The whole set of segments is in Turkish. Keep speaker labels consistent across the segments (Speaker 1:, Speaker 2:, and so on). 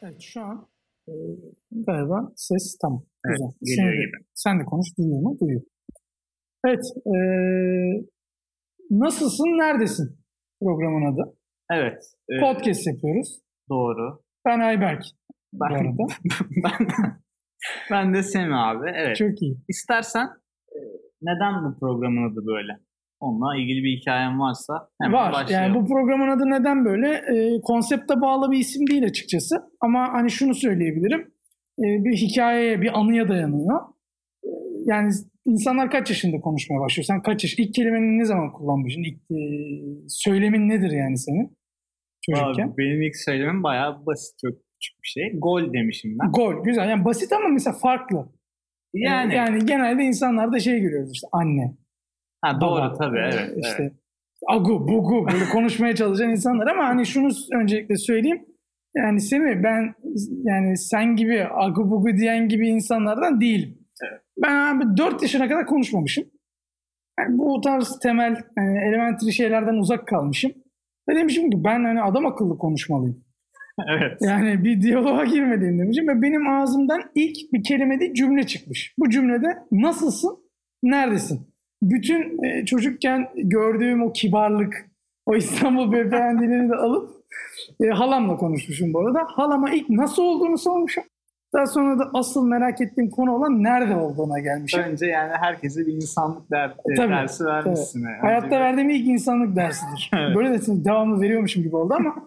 Speaker 1: Evet, şu an e, galiba ses tamam.
Speaker 2: Evet,
Speaker 1: Güzel.
Speaker 2: geliyor
Speaker 1: Sen de,
Speaker 2: gibi.
Speaker 1: sen de konuş, duyuyor mu? Duyuyor. Evet, nasılsın, neredesin programın adı.
Speaker 2: Evet,
Speaker 1: Podcast yapıyoruz.
Speaker 2: doğru.
Speaker 1: Ben Ayberk bu
Speaker 2: Ben
Speaker 1: arada.
Speaker 2: ben ben de Semih abi. Evet.
Speaker 1: Çok iyi.
Speaker 2: İstersen neden bu programın adı böyle? Onunla ilgili bir hikayen varsa hemen
Speaker 1: Var.
Speaker 2: başlayalım.
Speaker 1: Yani bu programın adı neden böyle? Konsepte bağlı bir isim değil açıkçası. Ama hani şunu söyleyebilirim. Bir hikayeye, bir anıya dayanıyor. Yani insanlar kaç yaşında konuşmaya başlıyor? Sen kaç yaş? İlk kelimeni ne zaman kullanmışsın? İlk söylemin nedir yani senin çocukken?
Speaker 2: Abi, benim ilk söylemem bayağı basit, çok küçük bir şey. Gol demişim ben.
Speaker 1: Gol. Güzel. Yani basit ama mesela farklı.
Speaker 2: Yani,
Speaker 1: Yani genelde insanlarda şey görüyoruz işte anne,
Speaker 2: doğru
Speaker 1: baba,
Speaker 2: tabii, evet.
Speaker 1: işte agu, bugu böyle konuşmaya çalışan insanlar ama hani şunu öncelikle söyleyeyim. Yani Semih ben yani sen gibi agu bugu diyen gibi insanlardan değilim.
Speaker 2: Evet.
Speaker 1: Ben abi 4 yaşına kadar konuşmamışım. Yani bu tarz temel elementary şeylerden uzak kalmışım. Ve demişim ki ben hani adam akıllı konuşmalıyım.
Speaker 2: Evet.
Speaker 1: Yani bir diyaloğa girmeliyim demişim ve benim ağzımdan ilk bir kelimede cümle çıkmış. Bu cümlede nasılsın, neredesin? Bütün çocukken gördüğüm o kibarlık, o İstanbul beyefendilerini de alıp halamla konuşmuşum bu arada. Halama ilk nasıl olduğunu sormuşum. Daha sonra da asıl merak ettiğim konu olan nerede olduğuna gelmişim.
Speaker 2: Önce yani herkese bir insanlık
Speaker 1: Tabii,
Speaker 2: dersi vermişsin.
Speaker 1: tabii.
Speaker 2: Yani.
Speaker 1: Hayatta verdiğim ilk insanlık dersidir.
Speaker 2: Evet.
Speaker 1: Böyle de devamlı veriyormuşum gibi oldu ama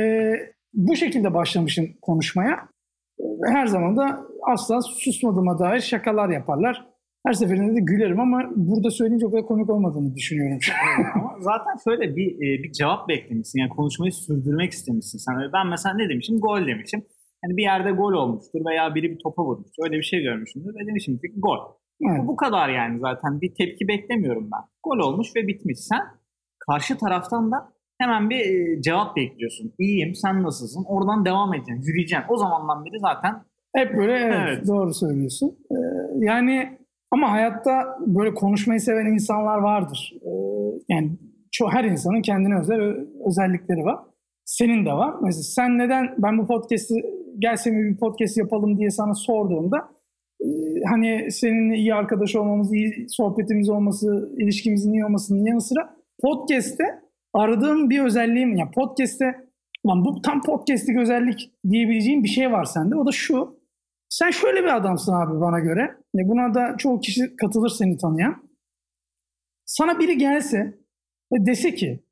Speaker 1: bu şekilde başlamışım konuşmaya. Her zaman da asla susmadığıma dair şakalar yaparlar. Her seferinde de gülerim ama burada söyleyince o kadar komik olmadığını düşünüyorum.
Speaker 2: Ama zaten şöyle bir cevap beklemişsin. Yani konuşmayı sürdürmek istemişsin. Sen ben mesela ne demişim? Gol demişim. Hani bir yerde gol olmuştur veya biri bir topa vurmuştur. Öyle bir şey görmüşümdür ve demişim ki gol.
Speaker 1: Evet.
Speaker 2: Bu kadar yani zaten. Bir tepki beklemiyorum ben. Gol olmuş ve bitmiş. Sen karşı taraftan da hemen bir cevap bekliyorsun. İyiyim, sen nasılsın? Oradan devam edeceksin, yürüyeceksin. O zamandan beri zaten
Speaker 1: Hep böyle
Speaker 2: Evet.
Speaker 1: doğru söylüyorsun. Yani ama hayatta böyle konuşmayı seven insanlar vardır. Yani her insanın kendine özel özellikleri var. Senin de var. Mesela sen neden ben bu podcast'i gelsem bir podcast yapalım diye sana sorduğumda hani seninle iyi arkadaş olmamız, iyi sohbetimiz olması, ilişkimizin iyi olmasının yanı sıra podcast'te aradığım bir özelliğim. Yani podcast'te bu tam podcast'lik özellik diyebileceğim bir şey var sende. O da şu. Sen şöyle bir adamsın abi bana göre. Buna da çoğu kişi katılır seni tanıyan. Sana biri gelse ve dese ki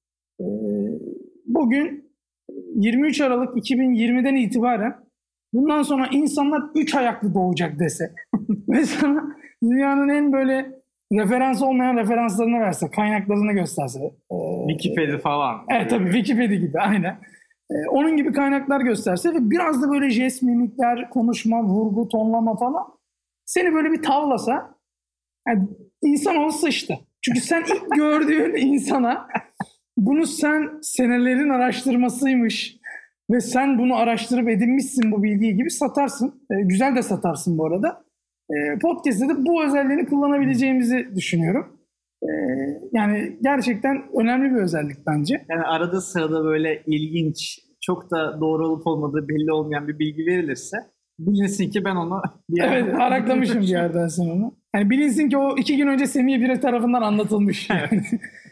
Speaker 1: bugün 23 Aralık 2020'den itibaren bundan sonra insanlar 3 ayaklı doğacak dese ve sana dünyanın en böyle referans olmayan referanslarını verse, kaynaklarını gösterse.
Speaker 2: Wikipedia falan.
Speaker 1: Evet tabii Wikipedia gibi aynen. Onun gibi kaynaklar gösterse ve biraz da böyle jest, mimikler, konuşma, vurgu, tonlama falan seni böyle bir tavlasa yani insan olsa işte. Çünkü sen ilk gördüğün insana bunu sen senelerin araştırmasıymış ve sen bunu araştırıp edinmişsin bu bilgiyi gibi satarsın. Güzel de satarsın bu arada. Podcast'te de bu özelliğini kullanabileceğimizi düşünüyorum. Yani gerçekten önemli bir özellik bence.
Speaker 2: Yani arada sırada böyle ilginç, çok da doğru olup olmadığı belli olmayan bir bilgi verilirse bilinsin ki ben onu bir yerden...
Speaker 1: Evet, araklamışım bir yerden sonra onu. Yani bilinsin ki o 2 gün önce Semih biri tarafından anlatılmış. Yani.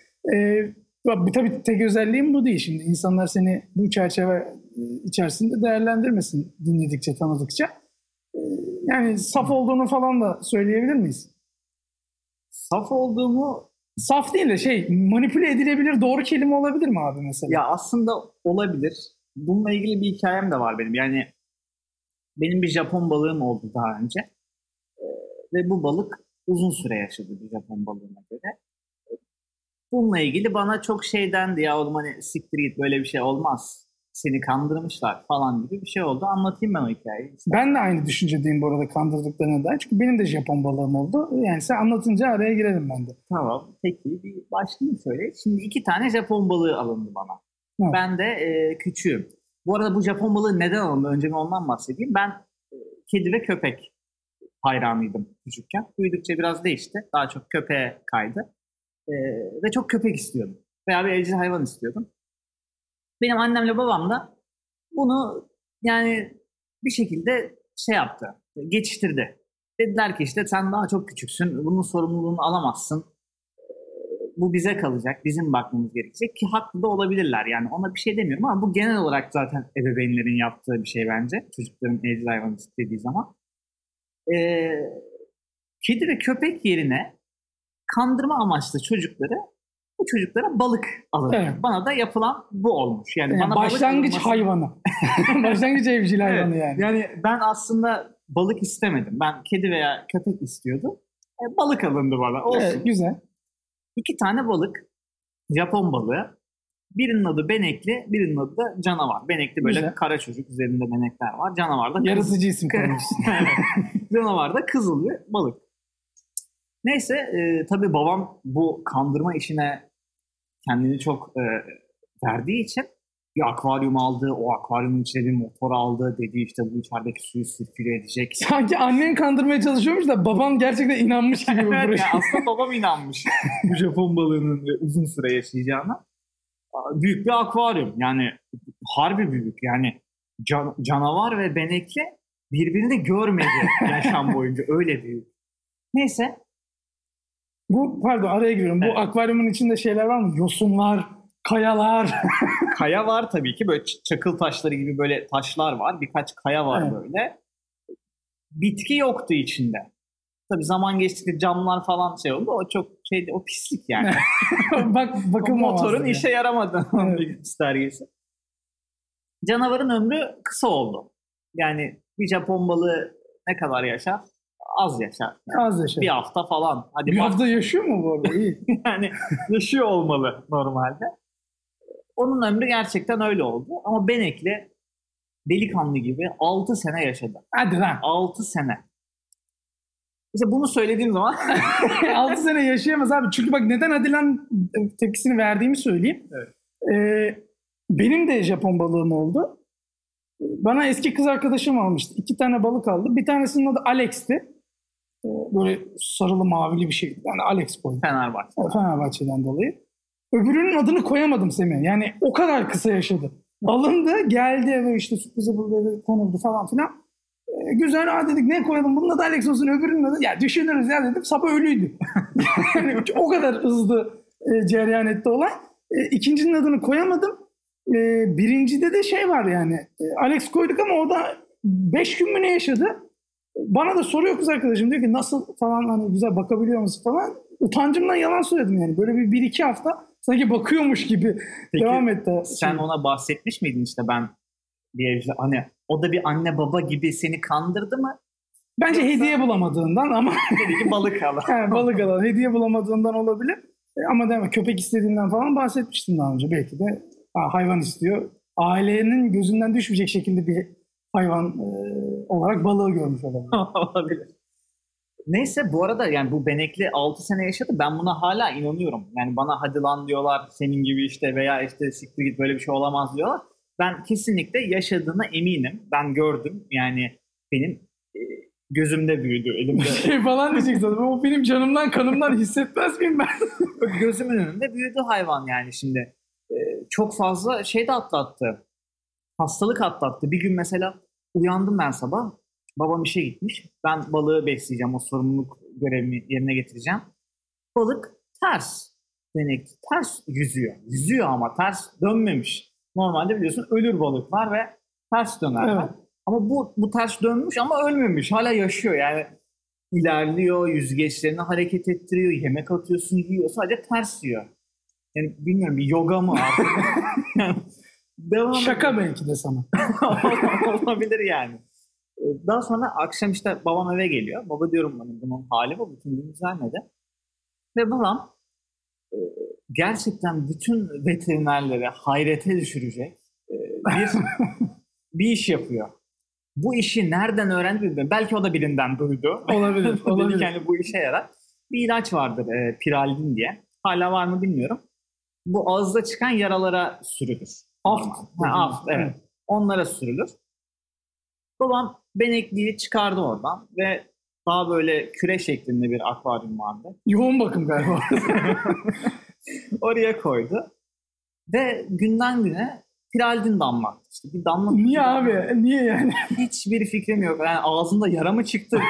Speaker 1: Tabii tek özelliğim bu değil şimdi. İnsanlar seni bu çerçeve içerisinde değerlendirmesin dinledikçe, tanıdıkça. Yani saf olduğunu falan da söyleyebilir miyiz?
Speaker 2: Saf olduğumu...
Speaker 1: Saf değil de manipüle edilebilir doğru kelime olabilir mi abi mesela?
Speaker 2: Ya aslında olabilir. Bununla ilgili bir hikayem de var benim. Yani benim bir Japon balığım oldu daha önce. Ve bu balık uzun süre yaşadı bir Japon balığına göre. Bununla ilgili bana çok şey dendi. Ya oğlum hani siktir git, böyle bir şey olmaz. Seni kandırmışlar falan gibi bir şey oldu. Anlatayım ben o hikayeyi.
Speaker 1: Ben de aynı düşüncedeyim bu arada kandırdıklarına dair. Çünkü benim de Japon balığım oldu. Yani sen anlatınca araya girelim ben de.
Speaker 2: Tamam. Peki bir başlayayım şöyle. Şimdi 2 tane Japon balığı alındı bana.
Speaker 1: Evet.
Speaker 2: Ben de küçüğüm. Bu arada bu Japon balığı neden alındı? Önce ondan bahsedeyim. Ben kedi ve köpek hayranıydım küçükken. Büyüdükçe biraz değişti. Daha çok köpeğe kaydı. Ve çok köpek istiyordum. Veya bir evcil hayvan istiyordum. Benim annemle babam da bunu yani bir şekilde şey yaptı, geçiştirdi. Dediler ki işte sen daha çok küçüksün, bunun sorumluluğunu alamazsın. Bu bize kalacak, bizim bakmamız gerekecek ki haklı da olabilirler. Yani ona bir şey demiyorum ama bu genel olarak zaten ebeveynlerin yaptığı bir şey bence. Çocukların evcil hayvan istediği zaman. Kedi ve köpek yerine kandırma amaçlı bu çocuklara balık alır.
Speaker 1: Evet.
Speaker 2: Bana da yapılan bu olmuş. Yani bana
Speaker 1: başlangıç
Speaker 2: balık
Speaker 1: hayvanı. Başlangıç evcil hayvanı
Speaker 2: evet.
Speaker 1: yani.
Speaker 2: Yani ben aslında balık istemedim. Ben kedi veya köpek istiyordum. Balık alındı bana. Olsun.
Speaker 1: Evet, güzel.
Speaker 2: 2 tane balık. Japon balığı. Birinin adı benekli, birinin adı da canavar. Benekli böyle
Speaker 1: güzel.
Speaker 2: Kara çocuk, üzerinde benekler var. Canavar da
Speaker 1: yaratıcı isim koymuşsun.
Speaker 2: Canavar da kızıl bir balık. Neyse tabii babam bu kandırma işine kendini çok verdiği için bir akvaryum aldı. O akvaryumun içine bir motor aldı. Dedi işte bu içerideki suyu sirküle edecek.
Speaker 1: Sanki annen kandırmaya çalışıyormuş da babam gerçekten inanmış gibi bu
Speaker 2: Evet,
Speaker 1: proje.
Speaker 2: yani aslında babam inanmış bu Japon balığının uzun süre yaşayacağına. Büyük bir akvaryum. Yani harbi büyük. Yani canavar ve benekli birbirini görmedi yaşam boyunca. Öyle büyük. Neyse.
Speaker 1: Pardon araya giriyorum.
Speaker 2: Evet.
Speaker 1: Bu akvaryumun içinde şeyler var mı? Yosunlar, kayalar.
Speaker 2: Kaya var tabii ki. Böyle çakıl taşları gibi böyle taşlar var. Birkaç kaya var
Speaker 1: Evet.
Speaker 2: böyle. Bitki yoktu içinde. Tabii zaman geçtikçe camlar falan şey oldu. O çok şeydi, o pislik yani.
Speaker 1: Bakın
Speaker 2: motorun işe yaramadı
Speaker 1: Evet.
Speaker 2: bir göstergesi. Canavarın ömrü kısa oldu. Yani bir Japon balığı ne kadar yaşar? Az yaşar.
Speaker 1: Az yaşar.
Speaker 2: Bir hafta falan. Hadi
Speaker 1: bir hafta yaşıyor mu bu arada? İyi.
Speaker 2: yani yaşıyor olmalı normalde. Onun ömrü gerçekten öyle oldu. Ama benekli delikanlı gibi 6 sene yaşadı.
Speaker 1: Hadi lan.
Speaker 2: 6 sene. İşte bunu söylediğim zaman
Speaker 1: 6 sene yaşayamaz abi. Çünkü bak neden hadi lan tepkisini verdiğimi söyleyeyim.
Speaker 2: Evet.
Speaker 1: Benim de Japon balığım oldu. Bana eski kız arkadaşım almıştı. 2 tane balık aldı. Bir tanesinin adı Alex'ti. Böyle sarılı mavili bir şeydi. Yani Alex koydum. Fenerbahçe'den dolayı. Öbürünün adını koyamadım Semih. Yani o kadar kısa yaşadı. Alındı, geldi eve işte sürprize burada konuldu falan filan. Güzel dedik ne koyalım bunun adı Alex olsun öbürünün adı. Ya düşünürüz ya dedim sabah ölüydü. Yani o kadar hızlı cereyan etti olay. İkincinin adını koyamadım. Birincide de şey var yani. Alex koyduk ama o da 5 gün mü ne yaşadı? Bana da soruyor kız arkadaşım diyor ki nasıl falan hani güzel bakabiliyor musun falan. Utancımdan yalan söyledim yani. Böyle bir 1-2 hafta sanki bakıyormuş gibi
Speaker 2: Peki,
Speaker 1: devam etti.
Speaker 2: Sen ona bahsetmiş miydin işte ben hani o da bir anne baba gibi seni kandırdı mı?
Speaker 1: Bence
Speaker 2: Yoksa...
Speaker 1: hediye bulamadığından ama
Speaker 2: dedi ki balık al.
Speaker 1: balık alan hediye bulamadığından olabilir. Ama deme köpek istediğinden falan bahsetmiştim daha önce. Belki de hayvan istiyor. Ailenin gözünden düşmeyecek şekilde bir hayvan olarak balığı görmüş olabilir.
Speaker 2: Olabilir. Neyse bu arada yani bu benekli 6 sene yaşadı. Ben buna hala inanıyorum. Yani bana hadi lan diyorlar senin gibi işte veya işte siktir git böyle bir şey olamaz diyorlar. Ben kesinlikle yaşadığına eminim. Ben gördüm. Yani benim gözümde büyüdü. Elimde.
Speaker 1: Şey falan diyecek zaten. O benim canımdan kanımdan hissetmez miyim ben?
Speaker 2: Gözümün önünde büyüdü hayvan yani şimdi. Çok fazla şey de atlattı. Hastalık atlattı. Bir gün mesela uyandım ben sabah. Babam işe gitmiş. Ben balığı besleyeceğim. O sorumluluk görevimi yerine getireceğim. Balık ters. Ters yüzüyor. Yüzüyor ama ters dönmemiş. Normalde biliyorsun ölür balıklar ve ters dönerler. Evet. Ama bu ters dönmüş ama ölmemiş. Hala yaşıyor yani. İlerliyor, yüzgeçlerini hareket ettiriyor, yemek atıyorsun, yiyor. Sadece ters yiyor. Yani bilmiyorum bir yoga mı artık?
Speaker 1: Şaka belki de sana.
Speaker 2: Olabilir yani. Daha sonra akşam işte babam eve geliyor. Baba diyorum bana bunun hali bu. Bütün gün düzelmedi. Ve babam gerçekten bütün veterinerleri hayrete düşürecek bir iş yapıyor. Bu işi nereden öğrendi bilmiyorum. Belki o da birinden duydu.
Speaker 1: Olabilir.
Speaker 2: Dedik yani bu işe yarar. Bir ilaç vardır Piraldin diye. Hala var mı bilmiyorum. Bu ağızda çıkan yaralara sürülür. Aft, evet. Onlara sürülür. Babam benekliyi çıkardı oradan ve daha böyle küre şeklinde bir akvaryum vardı.
Speaker 1: Yoğun bakım galiba.
Speaker 2: Oraya koydu. Ve günden güne Piraldin damlattı. İşte bir damla.
Speaker 1: Niye abi? Niye yani?
Speaker 2: Hiçbir fikrim yok. Yani ağzında yara mı çıktı?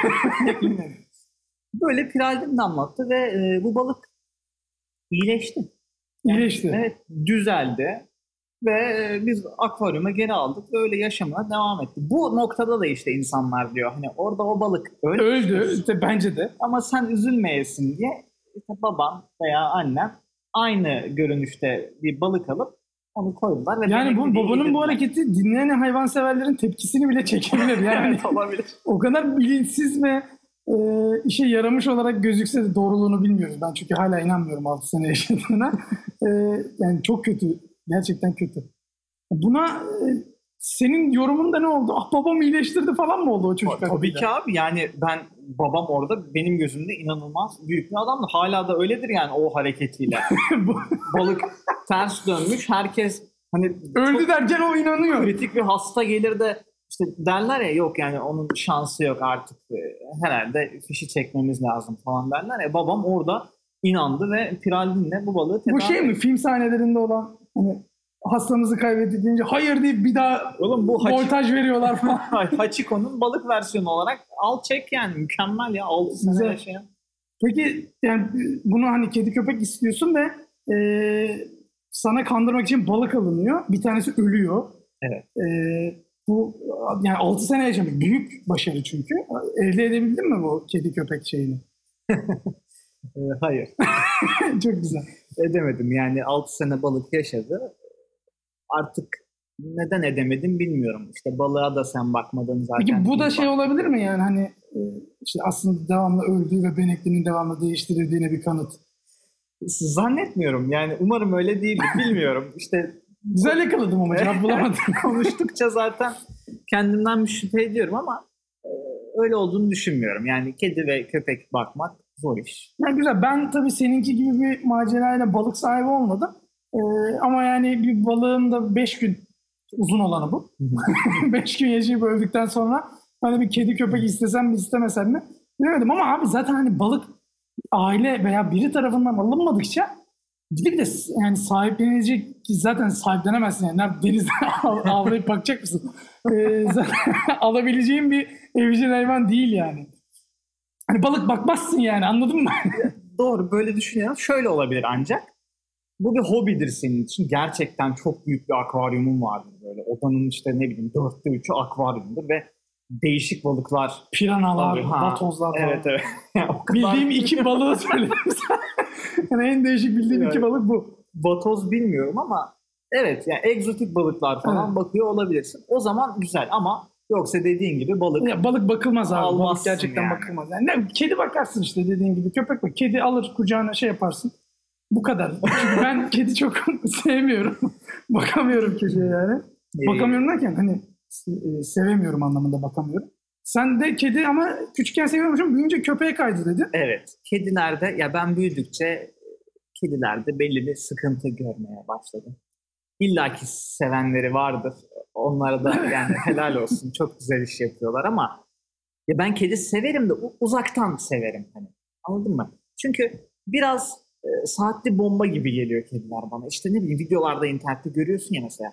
Speaker 2: Böyle piraldin damlattı ve bu balık iyileşti.
Speaker 1: İyileşti.
Speaker 2: Evet, düzeldi. Ve biz akvaryuma geri aldık ve öyle yaşamına devam etti. Bu noktada da işte insanlar diyor hani orada o balık
Speaker 1: öldü işte bence de.
Speaker 2: Ama sen üzülmeyesin diye işte baban veya annen aynı görünüşte bir balık alıp onu koydular. Ve
Speaker 1: yani bu babanın bu hareketi dinleyen hayvanseverlerin tepkisini bile çekebilir. Yani
Speaker 2: evet, olabilir.
Speaker 1: O kadar bilinçsiz ve işe yaramış olarak gözükse de doğruluğunu bilmiyoruz. Ben çünkü hala inanmıyorum 6 sene yaşadığına. Yani çok kötü. Gerçekten kötü. Buna senin yorumun da ne oldu? Ah babam iyileştirdi falan mı oldu o çocuk?
Speaker 2: Tabii ki abi yani babam orada benim gözümde inanılmaz büyük bir adamdı. Hala da öyledir yani o hareketiyle. Balık ters dönmüş. Herkes hani
Speaker 1: öldü derken o inanıyor.
Speaker 2: Kritik bir hasta gelir de işte derler ya yok yani onun şansı yok artık herhalde fişi çekmemiz lazım falan derler ya. Babam orada inandı ve piraldinle bu balığı tedavi.
Speaker 1: Bu şey mi film sahnelerinde olan hani hastamızı kaybettik deyince hayır deyip bir daha
Speaker 2: oğlum, bu
Speaker 1: voltaj veriyorlar falan.
Speaker 2: Hachiko'nun balık versiyonu olarak al çek yani mükemmel ya 6 sene yaşayan.
Speaker 1: Peki yani bunu hani kedi köpek istiyorsun ve sana kandırmak için balık alınıyor. Bir tanesi ölüyor.
Speaker 2: Evet.
Speaker 1: Bu yani 6 sene yaşamak büyük başarı çünkü. Elde edebildin mi bu kedi köpek şeyini?
Speaker 2: Hayır.
Speaker 1: Çok güzel.
Speaker 2: Edemedim yani 6 sene balık yaşadı. Artık neden edemedim bilmiyorum. İşte balığa da sen bakmadın zaten.
Speaker 1: Peki bu da şey olabilir mi yani hani işte aslında devamlı öldüğü ve benekliğinin devamlı değiştirildiğine bir kanıt?
Speaker 2: Zannetmiyorum yani umarım öyle değil bilmiyorum. İşte
Speaker 1: güzel yakaladım ama cevap bulamadım.
Speaker 2: Konuştukça zaten kendimden bir şüphe ediyorum ama öyle olduğunu düşünmüyorum. Yani kedi ve köpek bakmak zor iş.
Speaker 1: Yani güzel. Ben tabii seninki gibi bir macerayla balık sahibi olmadım. Ama yani bir balığın da 5 gün uzun olanı bu. 5 gün yaşayıp öldükten sonra hani bir kedi köpek istesem mi istemesem mi bilemedim. Ama abi zaten hani balık aile veya biri tarafından alınmadıkça gidip de yani sahiplenilecek ki zaten sahiplenemezsin yani. Denizde avlayıp bakacak mısın? Zaten alabileceğin bir evcil hayvan değil yani. Hani balık bakmazsın yani anladın mı?
Speaker 2: Doğru böyle düşünüyorum. Şöyle olabilir ancak. Bu bir hobidir senin için. Gerçekten çok büyük bir akvaryumun vardır böyle. Odanın işte ne bileyim 3'ü akvaryumdur ve değişik balıklar.
Speaker 1: Piranalar, vatozlar falan.
Speaker 2: Evet evet.
Speaker 1: Bildiğim 2 balığı söyledim sana. Yani en değişik bildiğim 2 balık bu.
Speaker 2: Vatoz bilmiyorum ama evet yani egzotik balıklar falan bakıyor olabilirsin. O zaman güzel ama yoksa dediğin gibi balık.
Speaker 1: Ya, balık bakılmaz abi. Balık gerçekten yani. Bakılmaz. Yani ne, kedi bakarsın işte dediğin gibi. Köpek bak. Kedi alır kucağına şey yaparsın. Bu kadar. Çünkü ben kedi çok sevmiyorum. Bakamıyorum kediye yani. Bakamıyorum derken hani sevemiyorum anlamında bakamıyorum. Sen de kedi ama küçükken seviyormuşum. Büyüyünce köpeğe kaydı dedin.
Speaker 2: Evet. Kedilerde ya ben büyüdükçe kedilerde belli bir sıkıntı görmeye başladım. İlla ki sevenleri vardır. Onlara da yani helal olsun. Çok güzel iş yapıyorlar ama ya ben kedi severim de uzaktan severim. Hani, anladın mı? Çünkü biraz saatli bomba gibi geliyor kediler bana. İşte ne bileyim videolarda internette görüyorsun ya mesela.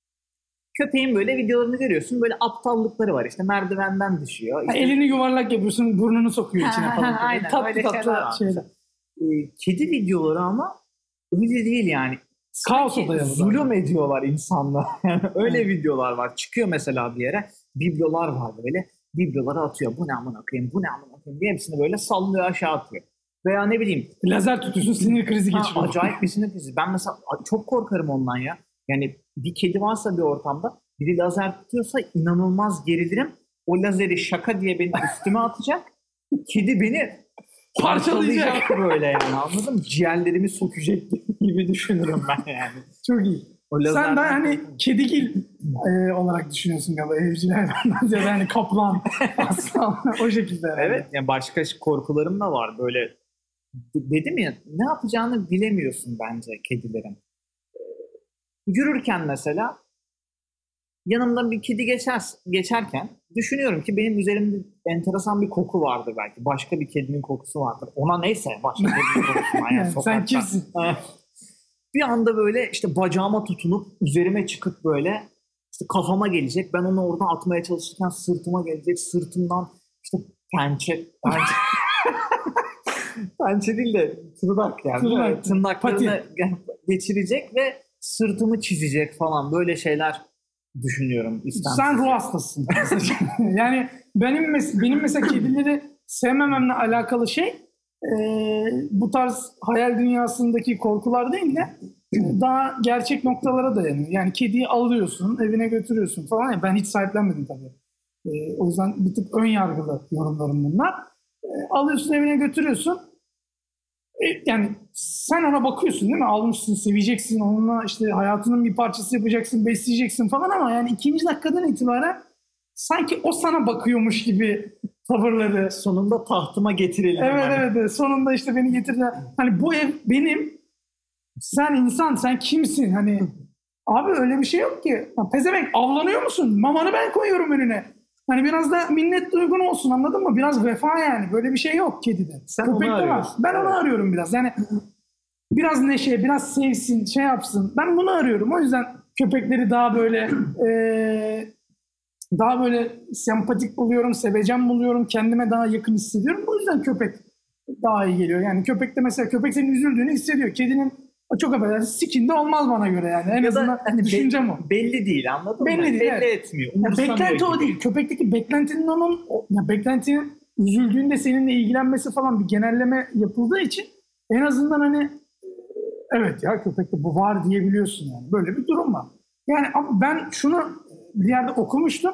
Speaker 2: Köpeğin böyle videolarını görüyorsun. Böyle aptallıkları var. İşte merdivenden düşüyor. İşte...
Speaker 1: elini yuvarlak yapıyorsun. Burnunu sokuyor içine falan.
Speaker 2: Aynen.
Speaker 1: Tatlı tatlı şeyler.
Speaker 2: Kedi videoları ama öyle değil yani.
Speaker 1: Kaos odaya
Speaker 2: zulüm ediyorlar insanlar. Yani öyle videolar var. Çıkıyor mesela bir yere. Biblolar var böyle. Bibloları atıyor. Bu ne amına koyayım, bu ne amına koyayım diye hepsini böyle sallıyor aşağı atıyor. Veya ne bileyim.
Speaker 1: Lazer tutuyorsun sinir krizi geçiriyor.
Speaker 2: Acayip bir sinir krizi. Ben mesela çok korkarım ondan ya. Yani bir kedi varsa bir ortamda biri lazer tutuyorsa inanılmaz gerilirim. O lazeri şaka diye benim üstüme atacak. Kedi beni parçalayacak böyle yani anladın mı? Ciğerlerimi sökecek gibi düşünürüm ben yani.
Speaker 1: Çok iyi. Sen de hani kedigil olarak düşünüyorsun galiba evcil hayvanlar ya da hani kaplan, aslan o şekilde. Herhalde.
Speaker 2: Evet yani başka korkularım da var böyle. Dedim ya ne yapacağını bilemiyorsun bence kedilerin. Yürürken mesela yanımdan bir kedi geçerken düşünüyorum ki benim üzerimde enteresan bir koku vardır belki. Başka bir kedinin kokusu vardır. Ona neyse başka kedinin kokusu.
Speaker 1: Yani sen kimsin?
Speaker 2: bir anda böyle işte bacağıma tutunup üzerime çıkıp böyle işte kafama gelecek. Ben onu oradan atmaya çalışırken sırtıma gelecek. Sırtımdan işte pençe pençe değil de tırnak yani.
Speaker 1: Tırnak.
Speaker 2: Tırnaklarını geçirecek ve sırtımı çizecek falan. Böyle şeyler düşünüyorum.
Speaker 1: Sen ruh hastasın. Yani benim mesela kedileri sevmememle alakalı şey bu tarz hayal dünyasındaki korkular değil de daha gerçek noktalara dayanıyor. Yani kediyi alıyorsun, evine götürüyorsun falan. Ben hiç sahiplenmedim tabii. O yüzden bir tık ön yargılı yorumlarım bunlar. Alıyorsun, evine götürüyorsun. Yani sen ona bakıyorsun değil mi? Almışsın, seveceksin, onunla işte hayatının bir parçası yapacaksın, besleyeceksin falan ama yani ikinci dakikadan itibaren sanki o sana bakıyormuş gibi tavırları.
Speaker 2: Sonunda tahtıma getirelim.
Speaker 1: Evet. Sonunda işte beni getirdiler. Hani bu ev benim. Sen insan, sen kimsin? Hani abi öyle bir şey yok ki. Pezevenk avlanıyor musun? Mamanı ben koyuyorum önüne. Hani biraz da minnet duygun olsun, anladın mı? Biraz vefa yani. Böyle bir şey yok kedide.
Speaker 2: Sen
Speaker 1: Köpekte
Speaker 2: onu
Speaker 1: var.
Speaker 2: arıyorsun.
Speaker 1: Ben onu arıyorum biraz. Yani biraz neşe, biraz sevsin, şey yapsın. Ben bunu arıyorum. O yüzden köpekleri daha böyle sempatik buluyorum, sevecen buluyorum, kendime daha yakın hissediyorum. O yüzden köpek daha iyi geliyor. Yani köpekte mesela köpek senin üzüldüğünü hissediyor. Kedinin çok affedersin sikinde olmaz bana göre yani. En azından
Speaker 2: hani
Speaker 1: düşüncem o.
Speaker 2: belli değil, anladın mı?
Speaker 1: Belli değil,
Speaker 2: Belli
Speaker 1: evet.
Speaker 2: etmiyor.
Speaker 1: Ya
Speaker 2: Umursamıyor
Speaker 1: beklenti o
Speaker 2: gibi.
Speaker 1: değil. Köpekteki beklentinin beklentinin üzüldüğünde seninle ilgilenmesi falan bir genelleme yapıldığı için en azından hani evet ya köpekte bu var diyebiliyorsun yani. Böyle bir durum var. Yani ama ben şunu bir yerde okumuştum.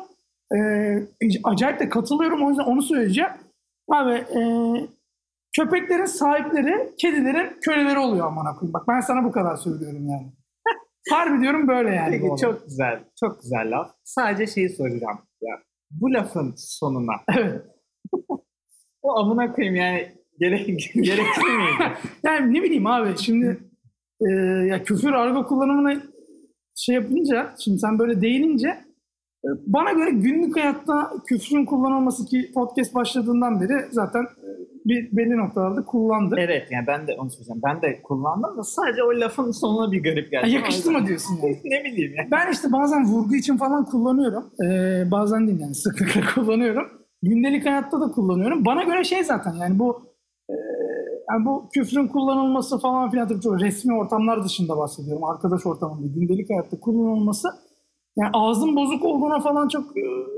Speaker 1: Acayip de katılıyorum. O yüzden onu söyleyeceğim. Abi köpeklerin sahipleri kedilerin köleleri oluyor amına koyayım. Bak ben sana bu kadar söylüyorum yani. Harbi diyorum böyle yani.
Speaker 2: Peki çok güzel. Çok güzel laf. Sadece şeyi soracağım. Ya, bu lafın sonuna.
Speaker 1: Evet.
Speaker 2: O amına koyayım yani gerekli miydi?
Speaker 1: Yani ne bileyim abi şimdi ya küfür argo kullanımını şey yapınca şimdi sen böyle değinince bana göre günlük hayatta küfrün kullanılması ki podcast başladığından beri zaten belli noktalarda kullandık.
Speaker 2: Evet yani ben de onu söyleyeceğim. Ben de kullandım da sadece o lafın sonuna bir garip geldi.
Speaker 1: Yakıştı mı diyorsun yani?
Speaker 2: Ne bileyim ya.
Speaker 1: Ben işte bazen vurgu için falan kullanıyorum. Bazen değil yani sıklıkla kullanıyorum. Gündelik hayatta da kullanıyorum. Bana göre şey zaten yani bu küfrün kullanılması falan filan tabii çok resmi ortamlar dışında bahsediyorum. Arkadaş ortamında, gündelik hayatta kullanılması yani ağzın bozuk olduğuna falan çok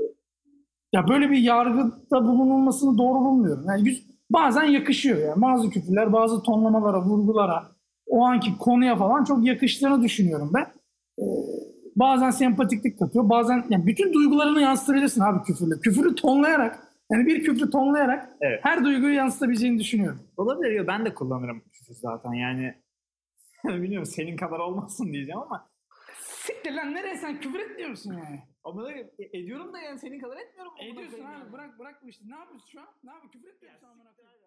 Speaker 1: ya böyle bir yargıda bulunulmasını doğru bulmuyorum. Yani bazen yakışıyor yani. Bazı küfürler, bazı tonlamalara, vurgulara, o anki konuya falan çok yakıştığını düşünüyorum ben. Bazen sempatiklik katıyor. Bazen yani bütün duygularını yansıtabilirsin abi küfürle. Küfürü tonlayarak yani bir küfrü tonlayarak
Speaker 2: Evet.
Speaker 1: her duyguyu yansıtabileceğini düşünüyorum.
Speaker 2: Olabilir ya, ben de kullanırım küfür zaten yani. Bilmiyorum senin kadar olmasın diyeceğim ama.
Speaker 1: Siktir lan nereye sen küfür etmiyor musun yani?
Speaker 2: Ama da ediyorum da yani senin kadar etmiyorum.
Speaker 1: Ediyorsun abi bırak bu işte. Ne yapıyorsun şu an? Ne yapıyorsun? Küfür etmiyorsun amına koyayım.